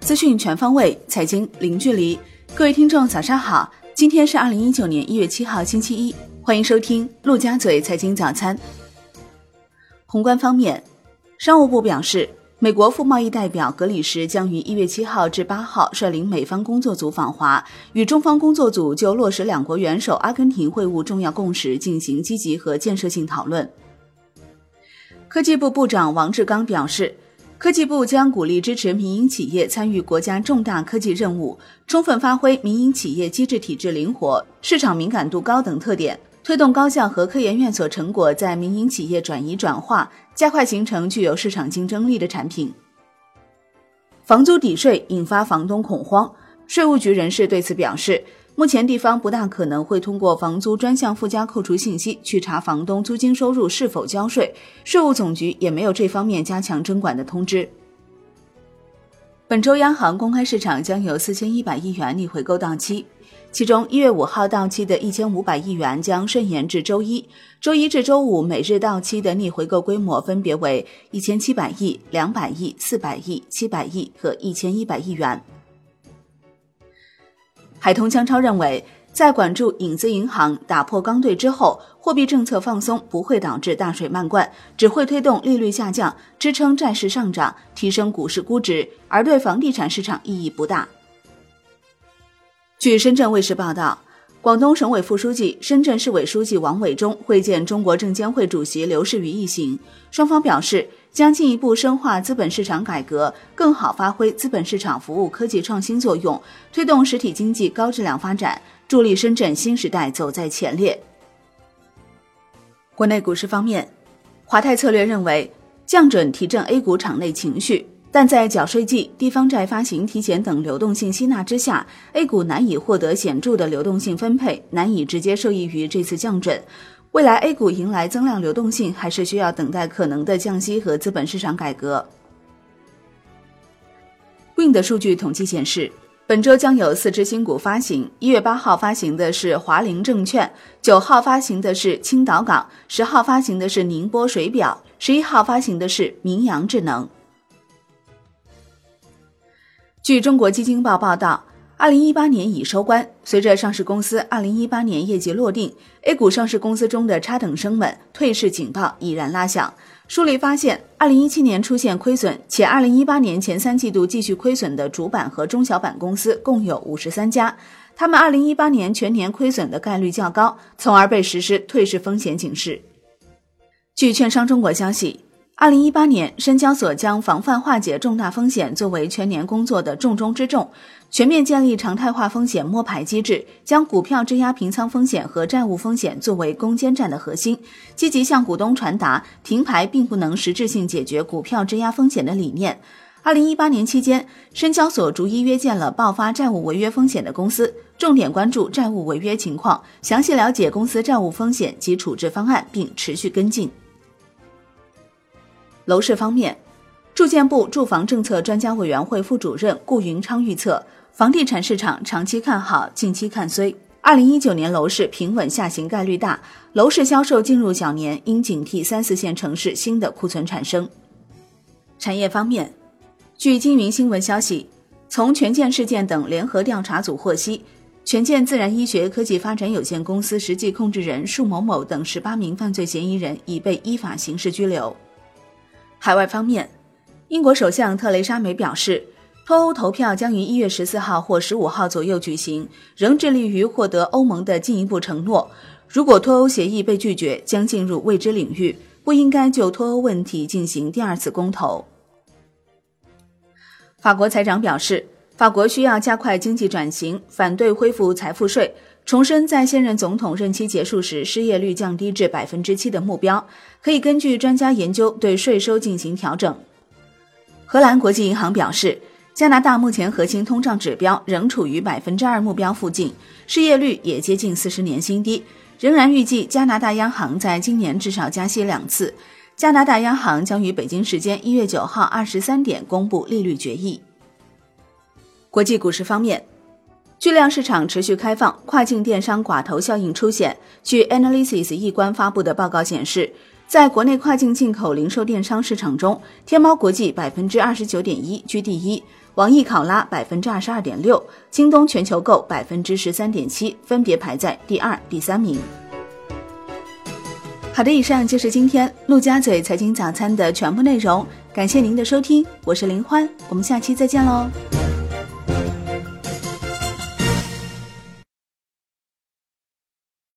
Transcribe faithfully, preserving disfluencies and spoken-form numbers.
资讯全方位，财经零距离。各位听众早上好，今天是二零一九年一月七号星期一，欢迎收听陆家嘴财经早餐。宏观方面，商务部表示，美国副贸易代表格里什将于一月七号至八号率领美方工作组访华，与中方工作组就落实两国元首阿根廷会晤重要共识进行积极和建设性讨论。科技部部长王志刚表示，科技部将鼓励支持民营企业参与国家重大科技任务，充分发挥民营企业机制体制灵活、市场敏感度高等特点，推动高校和科研院所成果在民营企业转移转化，加快形成具有市场竞争力的产品。房租抵税引发房东恐慌，税务局人士对此表示，目前地方不大可能会通过房租专项附加扣除信息去查房东租金收入是否交税，税务总局也没有这方面加强征管的通知。本周央行公开市场将有四千一百亿元逆回购到期，其中一月五号到期的一千五百亿元将顺延至周一，周一至周五每日到期的逆回购规模分别为一千七百亿、两百亿、四百亿、七百亿和一千一百亿元。海通江超认为，在管住影子银行打破刚兑之后，货币政策放松不会导致大水漫灌，只会推动利率下降，支撑债市上涨，提升股市估值，而对房地产市场意义不大。据深圳卫视报道，广东省委副书记、深圳市委书记王伟忠会见中国证监会主席刘士余一行，双方表示将进一步深化资本市场改革，更好发挥资本市场服务科技创新作用，推动实体经济高质量发展，助力深圳新时代走在前列。国内股市方面，华泰策略认为，降准提振 A 股场内情绪，但在缴税季、地方债发行提前等流动性吸纳之下， A 股难以获得显著的流动性分配，难以直接受益于这次降准。未来 A 股迎来增量流动性，还是需要等待可能的降息和资本市场改革。Win 的数据统计显示，本周将有四只新股发行，一月八号发行的是华菱证券，九号发行的是青岛港，十号发行的是宁波水表，十一号发行的是明阳智能。据中国基金报报道，二零一八年已收官，随着上市公司二零一八年业绩落定， A 股上市公司中的差等生们退市警报已然拉响。梳理发现，二零一七年出现亏损，且二零一八年前三季度继续亏损的主板和中小板公司共有五十三家，他们二零一八年全年亏损的概率较高，从而被实施退市风险警示。据券商中国消息，二零一八年，深交所将防范化解重大风险作为全年工作的重中之重，全面建立常态化风险摸排机制，将股票质押平仓风险和债务风险作为攻坚战的核心，积极向股东传达停牌并不能实质性解决股票质押风险的理念。二零一八年期间，深交所逐一约见了爆发债务违约风险的公司，重点关注债务违约情况，详细了解公司债务风险及处置方案，并持续跟进。楼市方面，住建部住房政策专家委员会副主任顾云昌预测，房地产市场长期看好，近期看衰。二零一九年楼市平稳下行概率大，楼市销售进入小年，应警惕三四线城市新的库存产生。产业方面，据金云新闻消息，从权健事件等联合调查组获悉，权健自然医学科技发展有限公司实际控制人束某某等十八名犯罪嫌疑人已被依法刑事拘留。海外方面，英国首相特蕾莎梅表示，脱欧投票将于一月十四号或十五号左右举行，仍致力于获得欧盟的进一步承诺。如果脱欧协议被拒绝，将进入未知领域，不应该就脱欧问题进行第二次公投。法国财长表示，法国需要加快经济转型，反对恢复财富税，重申在现任总统任期结束时失业率降低至 百分之七 的目标，可以根据专家研究对税收进行调整。荷兰国际银行表示，加拿大目前核心通胀指标仍处于 百分之二 目标附近，失业率也接近四十年新低，仍然预计加拿大央行在今年至少加息两次。加拿大央行将于北京时间一月九号二十三点公布利率决议。国际股市方面，巨量市场持续开放，跨境电商寡头效应出现。据 Analysis 易观发布的报告显示，在国内跨境进口零售电商市场中，天猫国际 百分之二十九点一 居第一， 网易考拉 百分之二十二点六， 京东全球购 百分之十三点七， 分别排在第二、第三名。好的，以上就是今天陆家嘴财经早餐的全部内容，感谢您的收听，我是林欢，我们下期再见喽。